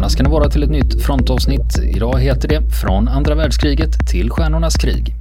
Välkomna ska ni vara till ett nytt frontavsnitt. Idag heter det Från andra världskriget till stjärnornas krig.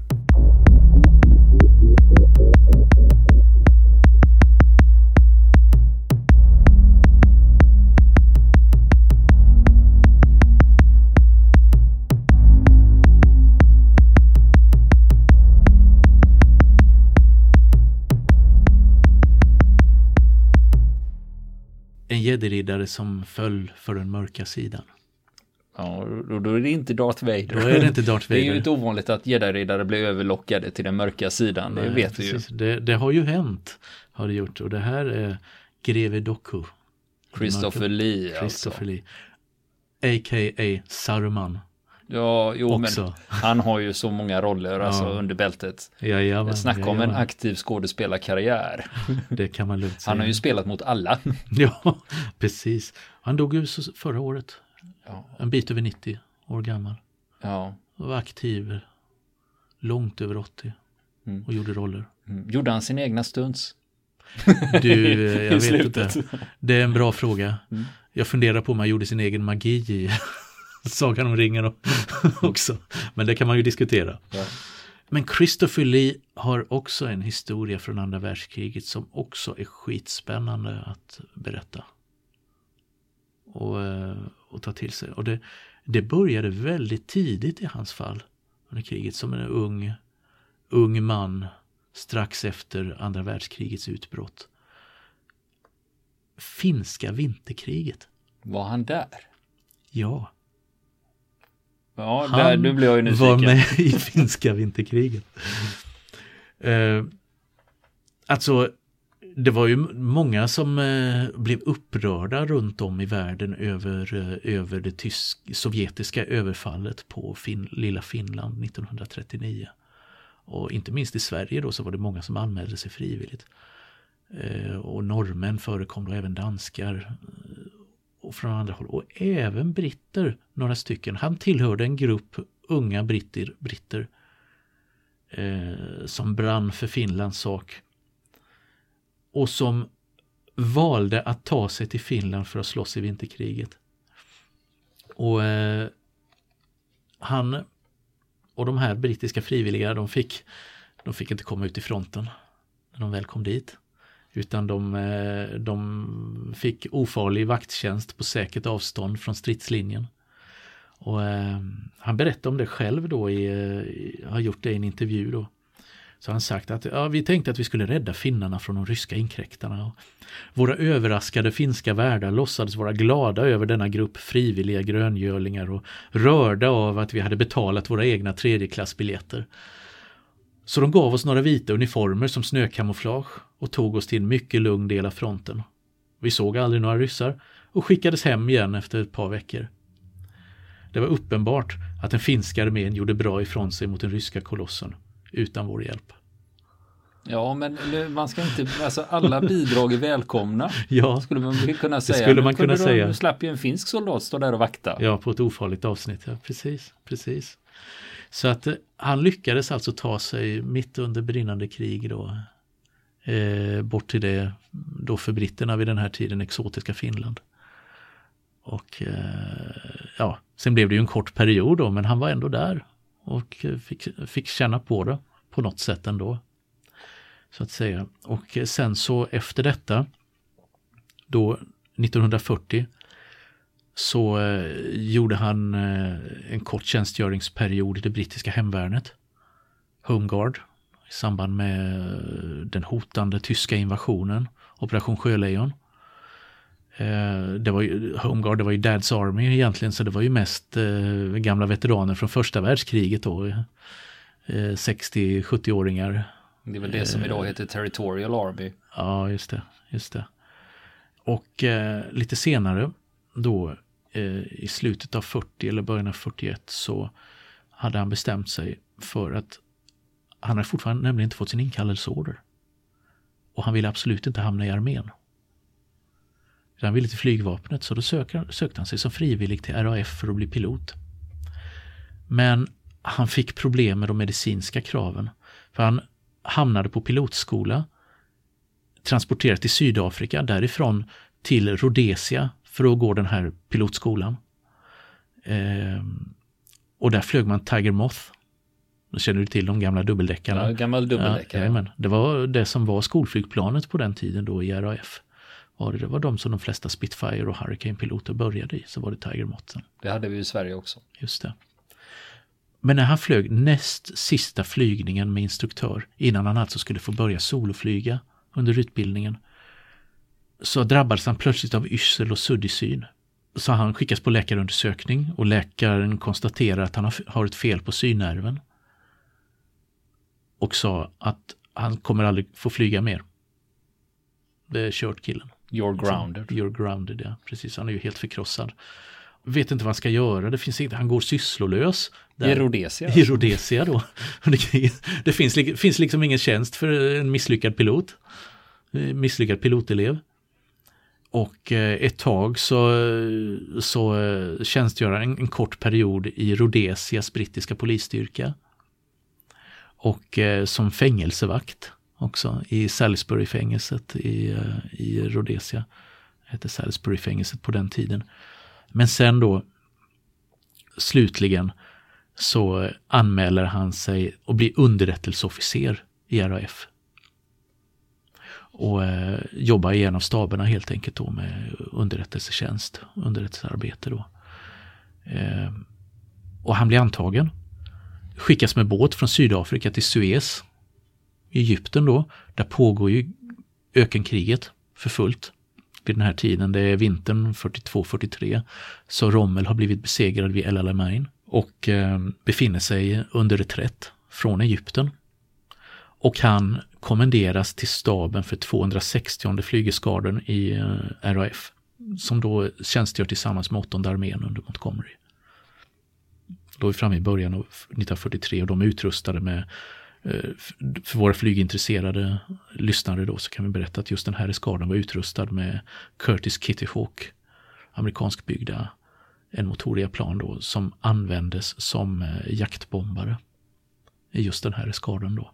En jediriddare som föll för den mörka sidan. Ja, då är det inte Darth Vader. Då är det inte Darth Vader. Det är ju inte ovanligt att jediriddare blir överlockade till den mörka sidan. Det vet vi ju. Det har ju hänt, har det gjort. Och det här är greve Dooku. Christopher Lee. Christopher Lee. A.k.a. Saruman. Ja, jo, också. Men han har ju så många roller under bältet. Snacka om en aktiv skådespelarkarriär. Det kan man lugnt säga. Han har ju spelat mot alla. Ja, precis. Han dog ju förra året. Ja. En bit över 90 år gammal. Ja. Och var aktiv långt över 80. Och gjorde roller. Gjorde han sin egna stunts? Jag vet inte. Det är en bra fråga. Jag funderar på om han gjorde sin egen magi i Sagan om ringen också. Men det kan man ju diskutera. Ja. Men Christopher Lee har också en historia från andra världskriget som också är skitspännande att berätta. Och ta till sig. Och det började väldigt tidigt i hans fall under kriget som en ung man strax efter andra världskrigets utbrott. Finska vinterkriget. Var han där? Ja. Ja, där, nu blir jag ju nyfiken. Var med i finska vinterkriget. Alltså, det var ju många som blev upprörda runt om i världen över det sovjetiska överfallet på lilla Finland 1939. Och inte minst i Sverige då så var det många som anmälde sig frivilligt. Och norrmän förekom då, även danskar och från andra håll. Och även britter, några stycken. Han tillhörde en grupp unga britter som brann för Finlands sak. Och som valde att ta sig till Finland för att slåss i vinterkriget. Och han och de här brittiska frivilliga, de fick inte komma ut i fronten när de väl kom dit. Utan de fick ofarlig vakttjänst på säkert avstånd från stridslinjen. Och han berättade om det själv då, har gjort det i en intervju då. Så han sagt att vi tänkte att vi skulle rädda finnarna från de ryska inkräktarna. Och våra överraskade finska värdar låtsades vara glada över denna grupp frivilliga gröngölingar och rörda av att vi hade betalat våra egna tredjeklassbiljetter. Så de gav oss några vita uniformer som snökamouflage och tog oss till en mycket lugn del av fronten. Vi såg aldrig några ryssar och skickades hem igen efter ett par veckor. Det var uppenbart att den finska armén gjorde bra ifrån sig mot den ryska kolossen utan vår hjälp. Ja, men man ska inte, alltså alla bidrag är välkomna. Ja, skulle man kunna säga. Det skulle man kunna säga. Nu slapp ju en finsk soldat stå där och vakta. Ja, på ett ofarligt avsnitt. Ja, precis. Så att han lyckades alltså ta sig mitt under brinnande krig då bort till det då för britterna vid den här tiden exotiska Finland. Och sen blev det ju en kort period då, men han var ändå där och fick känna på det på något sätt ändå, så att säga. Och sen så efter detta då 1940 så gjorde han en kort tjänstgöringsperiod i det brittiska hemvärnet, Home Guard, i samband med den hotande tyska invasionen, Operation Sjölejon. Home Guard, det var ju Dad's Army egentligen, så det var ju mest gamla veteraner från första världskriget då, 60-70-åringar. Det är väl det som idag heter Territorial Army. Ja, just det. Och lite senare då i slutet av 40 eller början av 41 så hade han bestämt sig för att han hade fortfarande nämligen inte fått sin inkallelseorder. Och han ville absolut inte hamna i armén. Han ville till flygvapnet, så då sökte han sig som frivillig till RAF för att bli pilot. Men han fick problem med de medicinska kraven. För han hamnade på pilotskola, transporterad till Sydafrika, därifrån till Rhodesia för att gå den här pilotskolan. Och där flög man Tiger Moth. Då känner du till de gamla dubbeldäckarna. Ja, gammal dubbeldäckare. Ja, det var det som var skolflygplanet på den tiden då i RAF. Det var de som de flesta Spitfire och Hurricane-piloter började i. Så var det Tiger Moth. Det hade vi i Sverige också. Just det. Men när han flög näst sista flygningen med instruktör, innan han alltså skulle få börja soloflyga under utbildningen, så drabbades han plötsligt av yrsel och suddig syn. Så han skickas på läkarundersökning och läkaren konstaterar att han har ett fel på synnerven. Och sa att han kommer aldrig få flyga mer. Det är kört, killen. You're grounded. You're grounded, ja. Precis, han är ju helt förkrossad. Vet inte vad han ska göra. Det finns inte, han går sysslolös. I Rhodesia. I Rhodesia då. Det finns liksom ingen tjänst för en misslyckad pilot. Misslyckad pilotelev. Och ett tag så tjänstgör han en kort period i Rhodesias brittiska polisstyrka. Och som fängelsevakt också i Salisbury-fängelset i Rhodesia. Det hette Salisbury-fängelset på den tiden. Men sen då slutligen så anmäler han sig och blir underrättelseofficer i RAF. Och jobbar i en av staberna helt enkelt då med underrättelsearbete då. Och han blir antagen. Skickas med båt från Sydafrika till Suez i Egypten då. Där pågår ju ökenkriget för fullt vid den här tiden. Det är vintern 42-43. Så Rommel har blivit besegrad vid El Alamein och befinner sig under reträtt från Egypten. Och han kommenderas till staben för 260:e flygeskaden i RAF som då tjänstgör tillsammans med 8:e armén under Montgomery. Då är vi framme i början av 1943 och de är utrustade med, för våra flygintresserade lyssnare då, så kan vi berätta att just den här eskaden var utrustad med Curtiss Kitty Hawk, amerikanskbyggda enmotoriga plan då, som användes som jaktbombare i just den här eskaden då.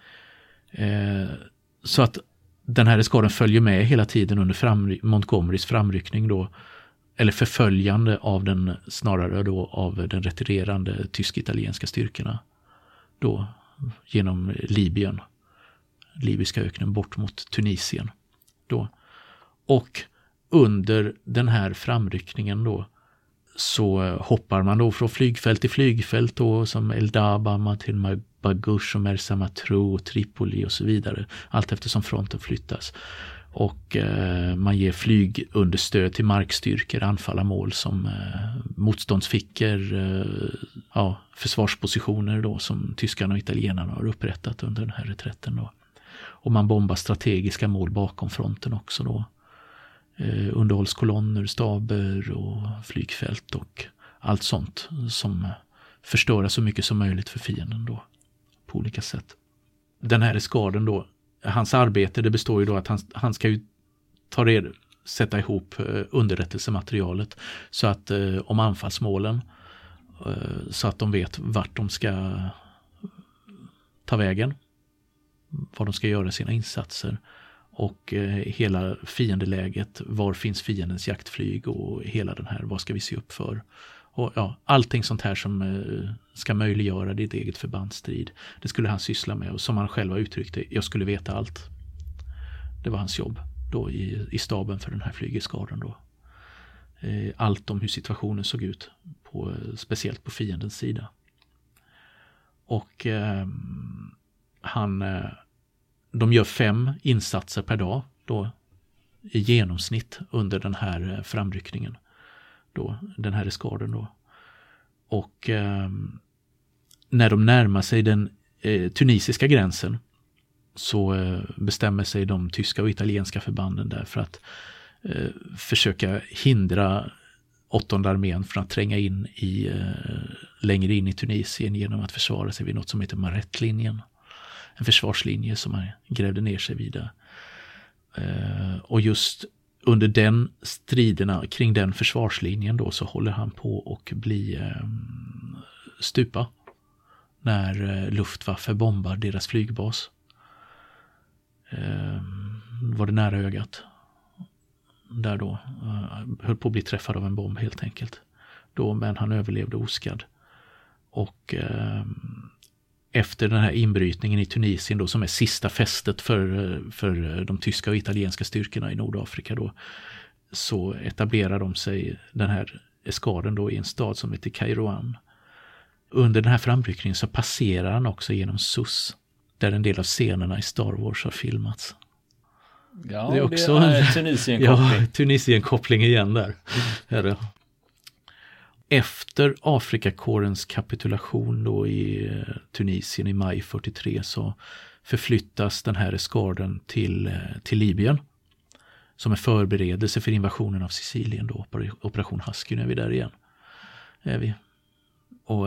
Så att den här eskaden följer med hela tiden under Montgomerys framryckning då, eller förföljande av den, snarare då av den retirerande tysk-italienska styrkorna då genom Libyen, libyska öknen bort mot Tunisien då. Och under den här framryckningen då så hoppar man då från flygfält till flygfält då, som El Daba, Martin Bagush och Mersa Matruh och Tripoli och så vidare, allt eftersom fronten flyttas. Och man ger flygunderstöd till markstyrkor, anfalla mål som motståndsfickor, försvarspositioner då, som tyskarna och italienarna har upprättat under den här reträtten då. Och man bombar strategiska mål bakom fronten också då. Underhållskolonner, staber och flygfält och allt sånt som förstör så mycket som möjligt för fienden då på olika sätt. Den här eskaden då, hans arbete, det består ju då att han ska ju sätta ihop underrättelsematerialet så att om anfallsmålen, så att de vet vart de ska ta vägen, vad de ska göra sina insatser och hela fiendeläget, var finns fiendens jaktflyg och hela den här, vad ska vi se upp för? Och ja, allting sånt här som ska möjliggöra ditt eget förbandsstrid, det skulle han syssla med, och som han själv har uttryckt det, jag skulle veta allt. Det var hans jobb då i staben för den här flygeskaden då. Allt om hur situationen såg ut, speciellt på fiendens sida. Och de gör 5 insatser per dag då i genomsnitt under den här framryckningen då, den här eskaden då. Och när de närmar sig den tunisiska gränsen så bestämmer sig de tyska och italienska förbanden där för att försöka hindra 8:e armén från att tränga in längre in i Tunisien genom att försvara sig vid något som heter Maretlinjen. En försvarslinje som man grävde ner sig vid. Och just under den striderna kring den försvarslinjen då så håller han på och bli stupa när Luftwaffe bombar deras flygbas. Var det nära ögat där då, höll på att bli träffad av en bomb helt enkelt. då, men han överlevde oskadd. Och efter den här inbrytningen i Tunisien då, som är sista fästet för de tyska och italienska styrkorna i Nordafrika då, så etablerar de sig, den här eskaden då, i en stad som heter Kairouan. Under den här frambrytningen så passerar han också genom Sus, där en del av scenerna i Star Wars har filmats. Ja, det är också en Tunisien-koppling. Ja, Tunisien-koppling igen där. Efter Afrikakårens kapitulation då i Tunisien i maj 43 så förflyttas den här eskaden till Libyen som en förberedelse för invasionen av Sicilien då, Operation Husky. Nu är vi där igen. Och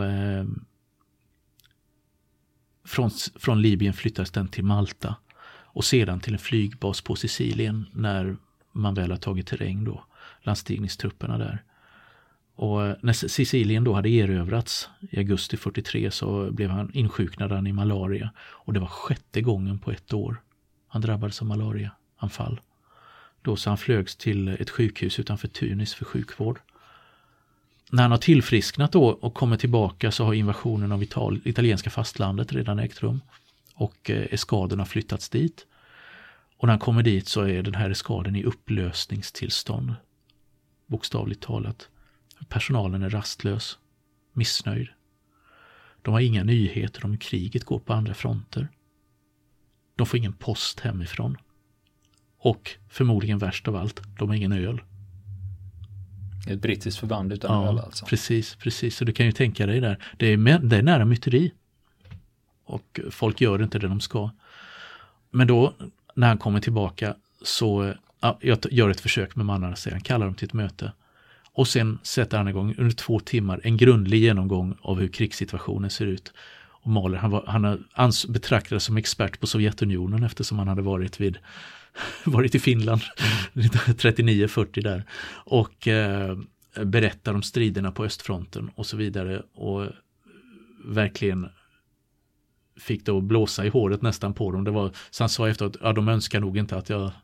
från Libyen flyttas den till Malta och sedan till en flygbas på Sicilien när man väl har tagit terräng då, landstigningstrupperna där. Och när Sicilien då hade erövrats i augusti 43 så blev han insjuknad i malaria, och det var 6:e gången på ett år han drabbades av malariaanfall. Då så han flögs till ett sjukhus utanför Tunis för sjukvård. När han har tillfrisknat då och kommer tillbaka så har invasionen av italienska fastlandet redan ägt rum och eskaden har flyttats dit. Och när han kommer dit så är den här eskaden i upplösningstillstånd, bokstavligt talat. Personalen är rastlös, missnöjd. De har inga nyheter om kriget går på andra fronter. De får ingen post hemifrån. Och förmodligen värst av allt, de har ingen öl. Ett brittiskt förband utan öl alltså. Precis. Så du kan ju tänka dig där. Det är nära myteri. Och folk gör inte det de ska. Men då, när han kommer tillbaka så jag gör ett försök med mannarna, säger han, kallar dem till ett möte. Och sen sätter han igång under 2 timmar en grundlig genomgång av hur krigssituationen ser ut. Och Mahler, han betraktades som expert på Sovjetunionen eftersom han hade varit i Finland 39-40 där. Och berättar om striderna på östfronten och så vidare. Och verkligen fick då blåsa i håret nästan på dem. Så han sa efteråt, de önskar nog inte att jag...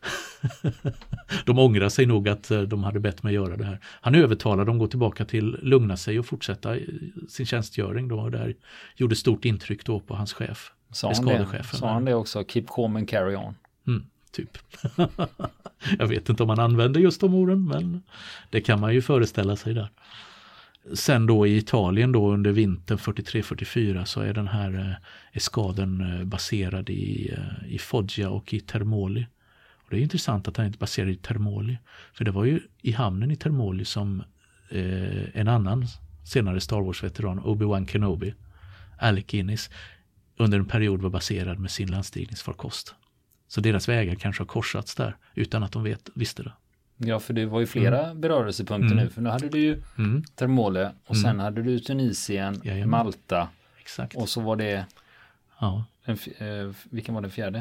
de ångrar sig nog att de hade bett mig göra det här. Han övertalade dem att gå tillbaka till lugna sig och fortsätta sin tjänstgöring då. Och där gjorde stort intryck då på hans chef. Sa han det också? Keep calm and carry on. Typ. Jag vet inte om han använde just de orden, men det kan man ju föreställa sig där. Sen då i Italien då under vintern 43-44 så är den här eskaden baserad i Foggia och i Termoli. Och det är intressant att han inte baserad i Termoli. För det var ju i hamnen i Termoli som en annan senare Star Wars-veteran, Obi-Wan Kenobi, Alec Guinness, under en period var baserad med sin landstigningsfarkost. Så deras vägar kanske har korsats där utan att de visste det. Ja, för det var ju flera berörelsepunkter nu. För nu hade du ju Termole och sen hade du Tunisien, Malta. Exakt. Och så var det... Ja. Vilken var den fjärde?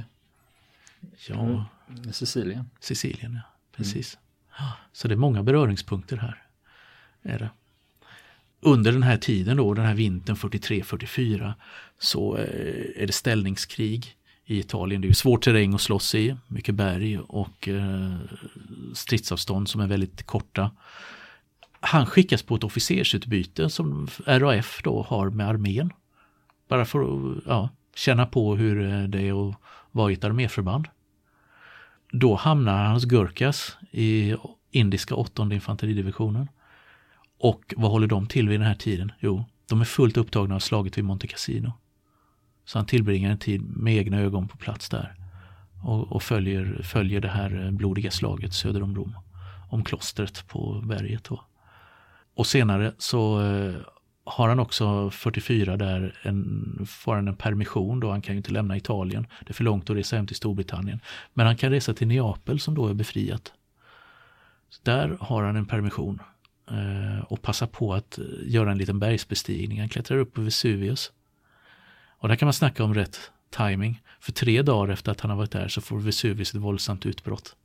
Ja. Sicilien. Sicilien, ja. Precis. Så det är många beröringspunkter här. Är det. Under den här tiden då, den här vintern 43-44, så är det ställningskrig i Italien. Det är ju svår terräng att slåss i, mycket berg och stridsavstånd som är väldigt korta. Han skickas på ett officersutbyte som RAF då har med armén. Bara för att känna på hur det är att vara i ett arméförband. Då hamnar hans Gurkhas i indiska 8:e infanteridivisionen. Och vad håller de till vid den här tiden? Jo, de är fullt upptagna av slaget vid Monte Cassino. Så han tillbringar en tid med egna ögon på plats där. Och följer det här blodiga slaget söder om Rom. Om klostret på berget då. Och senare så har han också 44 där får han en permission då. Han kan ju inte lämna Italien. Det är för långt att resa hem till Storbritannien. Men han kan resa till Neapel som då är befriat. Så där har han en permission. Och passar på att göra en liten bergsbestigning. Han klättrar upp på Vesuvius. Och där kan man snacka om rätt timing. För 3 dagar efter att han har varit där så får Vesuvius ett våldsamt utbrott.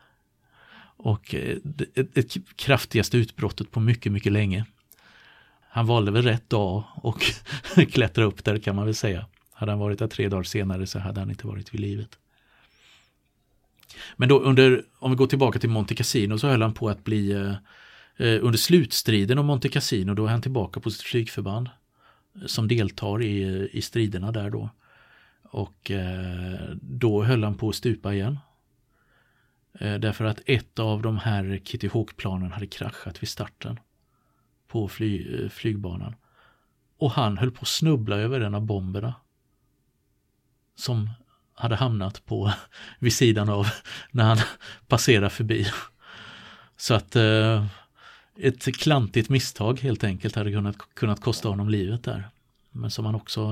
Och ett kraftigaste utbrottet på mycket, mycket länge. Han valde väl rätt dag och klättra upp där, kan man väl säga. Hade han varit där 3 dagar senare så hade han inte varit vid livet. Men då om vi går tillbaka till Monte Cassino så höll han på att bli Under slutstriden om Monte Cassino då är han tillbaka på sitt flygförband som deltar i striderna där då. Och då höll han på att stupa igen. Därför att ett av de här Kitty Hawk-planen hade kraschat vid starten på flygbanan. Och han höll på att snubbla över en av bomberna som hade hamnat vid sidan av när han passerar förbi. Så att ett klantigt misstag helt enkelt hade kunnat kosta honom livet där. Men som han också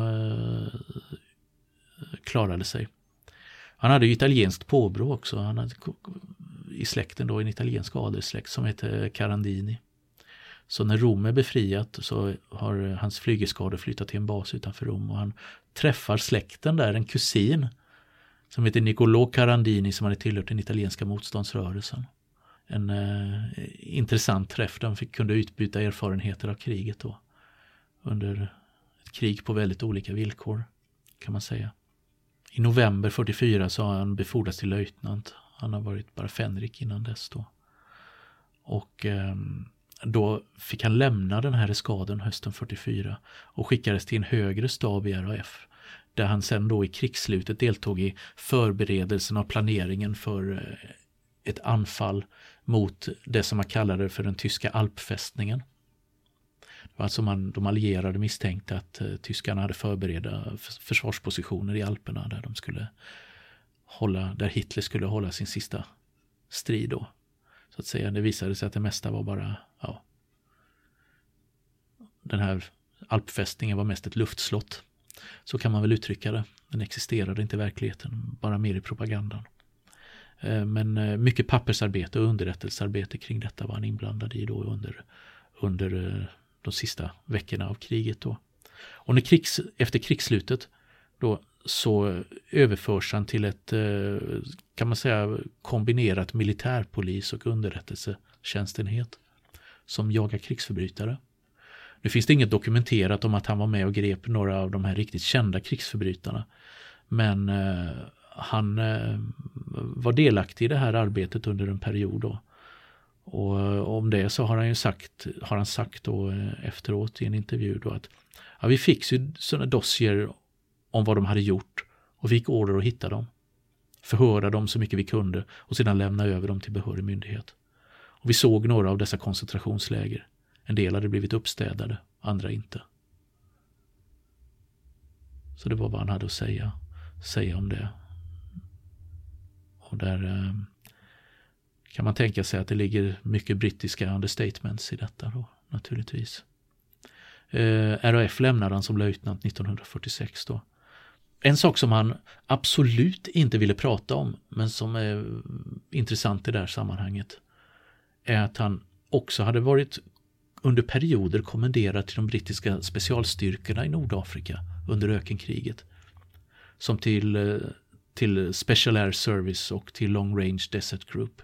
klarade sig. Han hade ju italienskt påbrå också. Han hade i släkten då en italiensk adelssläkt som heter Carandini. Så när Rom är befriat så har hans flygeskador flyttat till en bas utanför Rom och han träffar släkten där, en kusin som heter Niccolò Carandini som hade tillhört den italienska motståndsrörelsen. En intressant träff. De kunde utbyta erfarenheter av kriget då under ett krig på väldigt olika villkor kan man säga. I november 44 så har han befordrats till löjtnant. Han har varit bara fänrik innan dess då. Och då fick han lämna den här eskaden hösten 44 och skickades till en högre stab i RAF där han sen då i krigsslutet deltog i förberedelsen av planeringen för ett anfall mot det som man kallade för den tyska alpfästningen. Det var alltså de allierade misstänkte att tyskarna hade förberedda försvarspositioner i Alperna där Hitler skulle hålla sin sista strid då. Så att säga, det visade sig att det mesta var bara, den här alpfästningen var mest ett luftslott. Så kan man väl uttrycka det. Den existerade inte i verkligheten, bara mer i propagandan. Men mycket pappersarbete och underrättelsearbete kring detta var han inblandad i då under de sista veckorna av kriget då. Och efter krigsslutet då så överförs han till ett, kan man säga, kombinerat militärpolis och underrättelsetjänstenhet som jagar krigsförbrytare. Nu finns det inget dokumenterat om att han var med och grep några av de här riktigt kända krigsförbrytarna. Men han var delaktig i det här arbetet under en period då. Och om det så har han sagt då efteråt i en intervju då att vi fick ju sådana dossier om vad de hade gjort och fick order att hitta dem. Förhöra dem så mycket vi kunde och sedan lämna över dem till behörig myndighet. Och vi såg några av dessa koncentrationsläger. En del hade blivit uppstädade, andra inte. Så det var vad han hade att säga om det. Och där kan man tänka sig att det ligger mycket brittiska understatements i detta då, naturligtvis. RAF lämnade han som löjtnant 1946 då. En sak som han absolut inte ville prata om, men som är intressant i det här sammanhanget, är att han också hade varit under perioder kommenderad till de brittiska specialstyrkorna i Nordafrika under ökenkriget. Som till Special Air Service och till Long Range Desert Group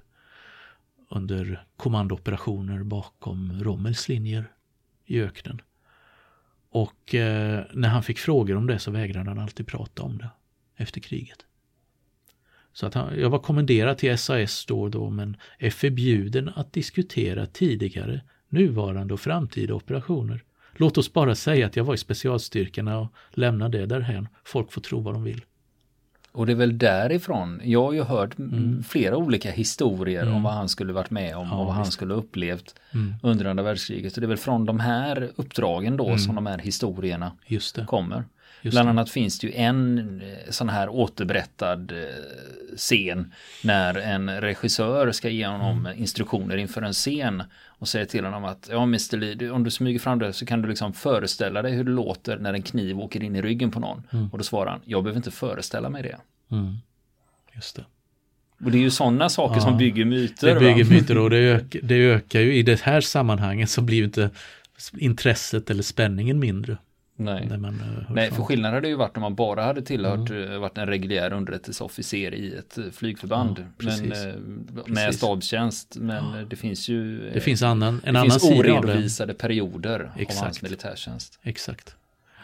under kommandooperationer bakom Rommels linjer i öknen. Och när han fick frågor om det så vägrade han alltid prata om det efter kriget. Så att jag var kommenderad till SAS då men är förbjuden att diskutera tidigare, nuvarande och framtida operationer. Låt oss bara säga att jag var i specialstyrkorna och lämna det därhän. Folk får tro vad de vill. Och det är väl därifrån, jag har ju hört flera olika historier om vad han skulle varit med om och vad han skulle upplevt under andra världskriget. Så det är väl från de här uppdragen då som de här historierna kommer. Bland annat finns det ju en sån här återberättad scen när en regissör ska ge honom instruktioner inför en scen och säger till honom att Mr. Lee, om du smyger fram det så kan du liksom föreställa dig hur det låter när en kniv åker in i ryggen på någon. Och då svarar han, jag behöver inte föreställa mig det. Just det. Och det är ju sådana saker som bygger myter. Det bygger myter och det ökar ju i det här sammanhanget så blir ju inte intresset eller spänningen mindre. Nej, för skillnaden hade ju varit om man bara hade varit en reguljär underrättelseofficer i ett flygförband med stabstjänst. Men det finns ju det finns en annan sida oredovisade perioder av hans militärtjänst. Exakt.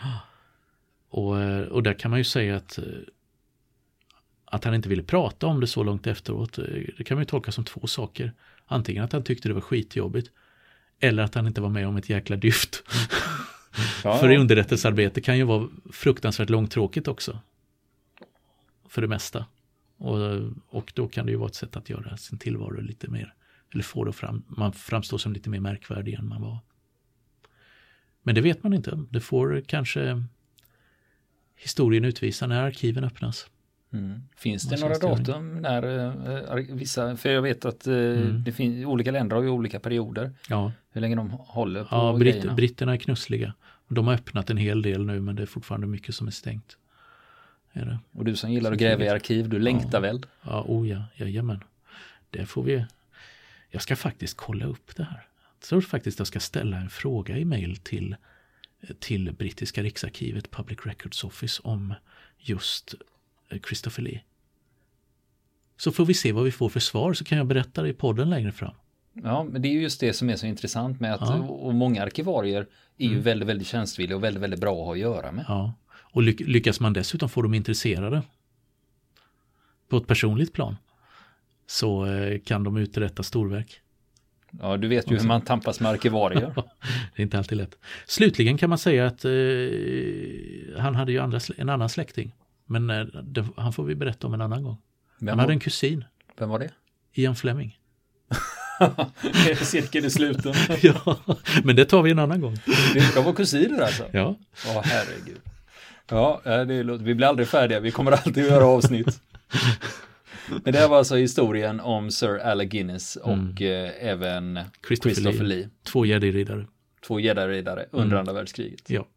Och där kan man ju säga att han inte ville prata om det så långt efteråt. Det kan man ju tolka som två saker. Antingen att han tyckte det var skitjobbigt Eller att han inte var med om ett jäkla dyft. För underrättelsearbete kan ju vara fruktansvärt långtråkigt också. För det mesta. Och då kan det ju vara ett sätt att göra sin tillvaro lite mer, eller få det man framstår som lite mer märkvärdig än man var. Men det vet man inte. Det får kanske historien utvisa när arkiven öppnas. Finns det några datum när vissa, för jag vet att det finns, olika länder har ju olika perioder. Ja. Hur länge de håller på grejerna. Britterna är knussliga. De har öppnat en hel del nu, men det är fortfarande mycket som är stängt. Är det? Och du som gillar att gräva i arkiv, du längtar väl? Ja, jajamän. Det får vi. Jag ska faktiskt kolla upp det här. Jag tror faktiskt jag ska ställa en fråga i mejl till brittiska riksarkivet Public Records Office om just Christopher Lee. Så får vi se vad vi får för svar, så kan jag berätta det i podden längre fram. Ja, men det är ju just det som är så intressant med att och många arkivarier är ju väldigt, väldigt tjänstvilliga och väldigt, väldigt bra att ha att göra med. Ja, och lyckas man dessutom få dem intresserade på ett personligt plan, så kan de uträtta storverk. Ja, du vet ju hur man tampas med arkivarier. Det är inte alltid lätt. Slutligen kan man säga att han hade ju en annan släkting. Men han får vi berätta om en annan gång. Han hade en kusin. Vem var det? Ian Fleming. Cirkeln i sluten. Ja, men det tar vi en annan gång. De var kusiner alltså? Ja. Herregud. Ja, vi blir aldrig färdiga. Vi kommer alltid att göra avsnitt. Men det var alltså historien om Sir Alec Guinness och även Christopher Lee. Två Jedi-riddare under andra världskriget. Ja.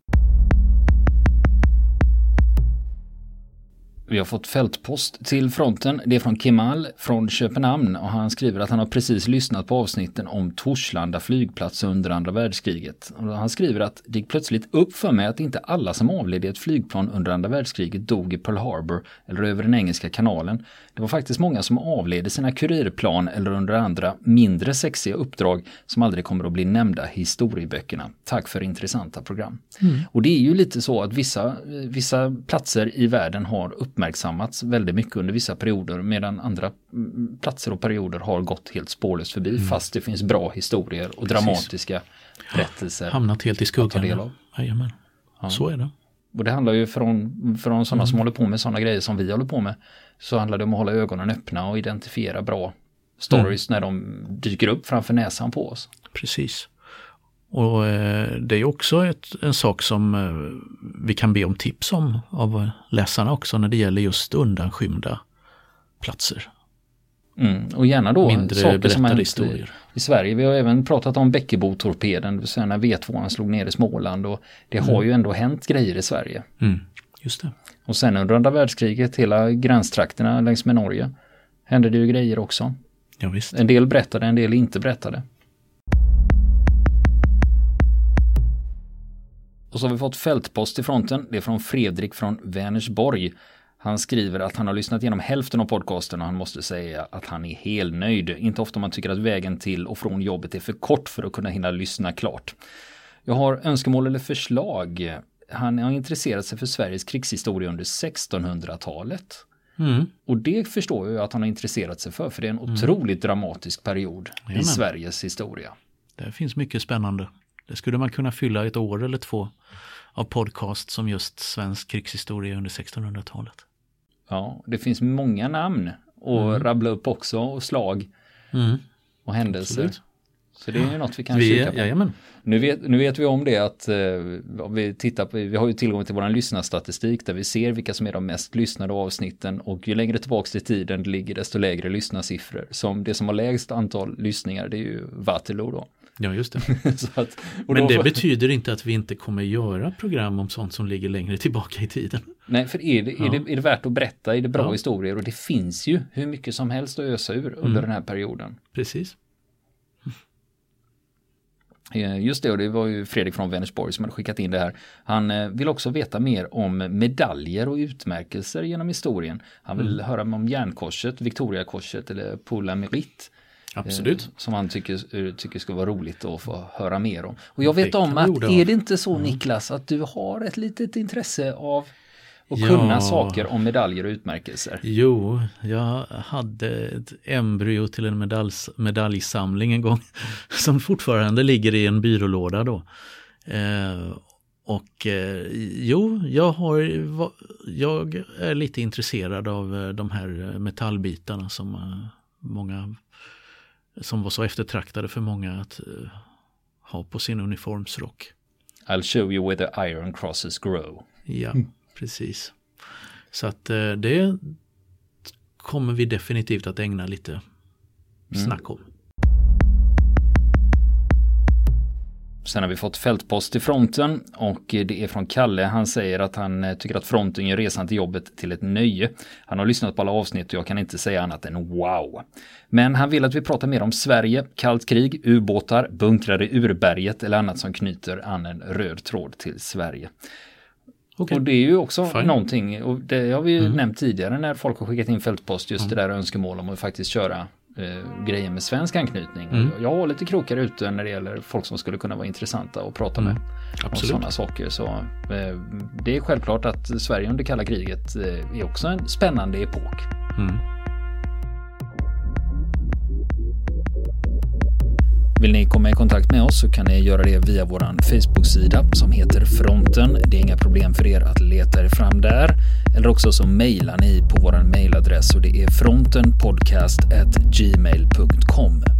Vi har fått fältpost till fronten. Det är från Kemal från Köpenhamn och han skriver att han har precis lyssnat på avsnitten om Torslanda flygplats under andra världskriget. Och han skriver att det gick plötsligt upp för mig att inte alla som avled i ett flygplan under andra världskriget dog i Pearl Harbor eller över den engelska kanalen. Det var faktiskt många som avled i sina kurirplan eller under andra mindre sexiga uppdrag som aldrig kommer att bli nämnda i historieböckerna. Tack för intressanta program. Och det är ju lite så att vissa platser i världen har uppmärksammats väldigt mycket under vissa perioder, medan andra platser och perioder har gått helt spårlöst förbi, fast det finns bra historier och dramatiska berättelser. Hamnat helt i skuggan. Jajamän. Ja. Så är det. Och det handlar ju från sådana som håller på med sådana grejer som vi håller på med, så handlar det om att hålla ögonen öppna och identifiera bra stories när de dyker upp framför näsan på oss. Precis. Och det är också en sak som vi kan be om tips om av läsarna också när det gäller just undanskymda platser. Och gärna då mindre saker som har historier i Sverige. Vi har även pratat om Bäckebo-torpeden, det vill säga när V2 slog ner i Småland, och det har ju ändå hänt grejer i Sverige. Just det. Och sen under andra världskriget, hela gränstrakterna längs med Norge, hände det ju grejer också. Ja, visst. En del berättade, en del inte berättade. Och så har vi fått fältpost i fronten. Det är från Fredrik från Vänersborg. Han skriver att han har lyssnat igenom hälften av podcasten och han måste säga att han är helt nöjd. Inte ofta man tycker att vägen till och från jobbet är för kort för att kunna hinna lyssna klart. Jag har önskemål eller förslag. Han har intresserat sig för Sveriges krigshistoria under 1600-talet. Och det förstår jag att han har intresserat sig för det är en otroligt dramatisk period i Sveriges historia. Det finns mycket spännande. Det skulle man kunna fylla ett år eller två av podcast som just svensk krigshistoria under 1600-talet. Ja, det finns många namn att rabbla upp också, och slag och händelser. Absolut. Så det är ju något vi kan kika på. Jajamän. Nu vet vi om det att vi har ju tillgång till vår lyssnarstatistik där vi ser vilka som är de mest lyssnade avsnitten, och ju längre tillbaka i tiden det ligger desto lägre lyssnarsiffror. Som det som har lägst antal lyssningar, det är ju Waterloo då. Ja, just det. Men det betyder inte att vi inte kommer göra program om sånt som ligger längre tillbaka i tiden. Nej, för är det värt att berätta, är det bra historier, och det finns ju hur mycket som helst att ösa ur under den här perioden. Precis. Just det, och det var ju Fredrik från Vänersborg som hade skickat in det här. Han vill också veta mer om medaljer och utmärkelser genom historien. Han vill höra om Järnkorset, Victoriakorset eller Pour la Mérite. Absolut. Som han tycker ska vara roligt att få höra mer om. Och jag vet om att, är det inte så Niklas, att du har ett litet intresse av och kunna saker om medaljer och utmärkelser? Jo, jag hade ett embryo till en medaljsamling en gång som fortfarande ligger i en byrålåda då. Jag är lite intresserad av de här metallbitarna som var så eftertraktade för många att ha på sin uniformsrock. I'll show you where the iron crosses grow. Ja, precis. Så att det kommer vi definitivt att ägna lite snack om. Sen har vi fått fältpost i fronten och det är från Kalle. Han säger att han tycker att fronten gör resan till jobbet till ett nöje. Han har lyssnat på alla avsnitt och jag kan inte säga annat än wow. Men han vill att vi pratar mer om Sverige, kallt krig, ubåtar, bunkrar i urberget eller annat som knyter an en röd tråd till Sverige. Okay. Och det är ju också någonting, och det har vi ju nämnt tidigare när folk har skickat in fältpost, just det där önskemål om att faktiskt köra grejer med svensk anknytning. Jag har lite krokar ute när det gäller folk som skulle kunna vara intressanta att prata med om sådana saker. Så det är självklart att Sverige under kalla kriget är också en spännande epok. Vill ni komma i kontakt med oss så kan ni göra det via våran Facebook-sida som heter Fronten. Det är inga problem för er att leta er fram där. Eller också så mejlar ni på våran mejladress och det är frontenpodcast@gmail.com.